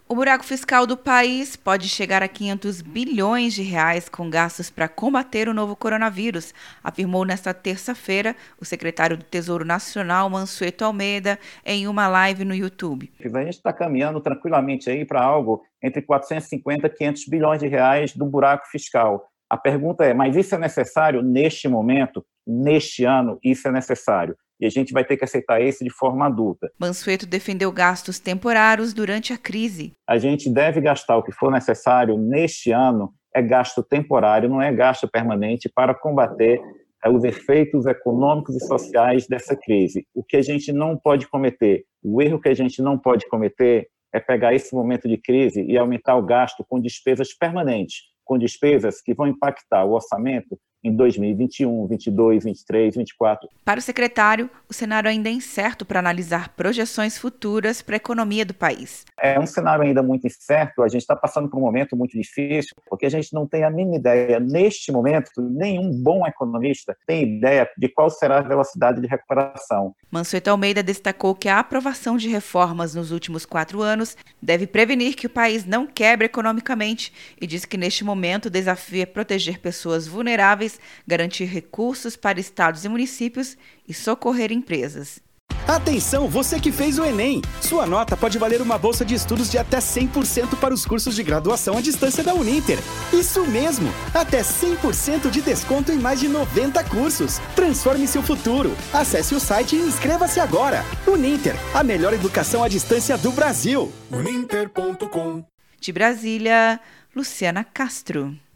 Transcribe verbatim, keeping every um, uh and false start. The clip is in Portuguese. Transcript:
O buraco fiscal do país pode chegar a quinhentos bilhões de reais com gastos para combater o novo coronavírus, afirmou nesta terça-feira o secretário do Tesouro Nacional, Mansueto Almeida, em uma live no YouTube. A gente está caminhando tranquilamente aí para algo entre quatrocentos e cinquenta e quinhentos bilhões de reais do buraco fiscal. A pergunta é, mas isso é necessário neste momento, neste ano, isso é necessário? E a gente vai ter que aceitar isso de forma adulta. Mansueto defendeu gastos temporários durante a crise. A gente deve gastar o que for necessário neste ano, é gasto temporário, não é gasto permanente para combater os efeitos econômicos e sociais dessa crise. O que a gente não pode cometer, o erro que a gente não pode cometer é pegar esse momento de crise e aumentar o gasto com despesas permanentes, com despesas que vão impactar o orçamento em dois mil e vinte e um, vinte e dois, vinte e três, vinte e quatro. Para o secretário, o cenário ainda é incerto para analisar projeções futuras para a economia do país. É um cenário ainda muito incerto, a gente está passando por um momento muito difícil, porque a gente não tem a mínima ideia, neste momento, nenhum bom economista tem ideia de qual será a velocidade de recuperação. Mansueto Almeida destacou que a aprovação de reformas nos últimos quatro anos deve prevenir que o país não quebre economicamente e disse que neste momento o desafio é proteger pessoas vulneráveis, garantir recursos para estados e municípios e socorrer empresas. Atenção, você que fez o Enem! Sua nota pode valer uma bolsa de estudos de até cem por cento para os cursos de graduação à distância da Uninter. Isso mesmo! Até cem por cento de desconto em mais de noventa cursos. Transforme seu futuro. Acesse o site e inscreva-se agora. Uninter, a melhor educação à distância do Brasil. uninter ponto com. De Brasília, Luciana Castro.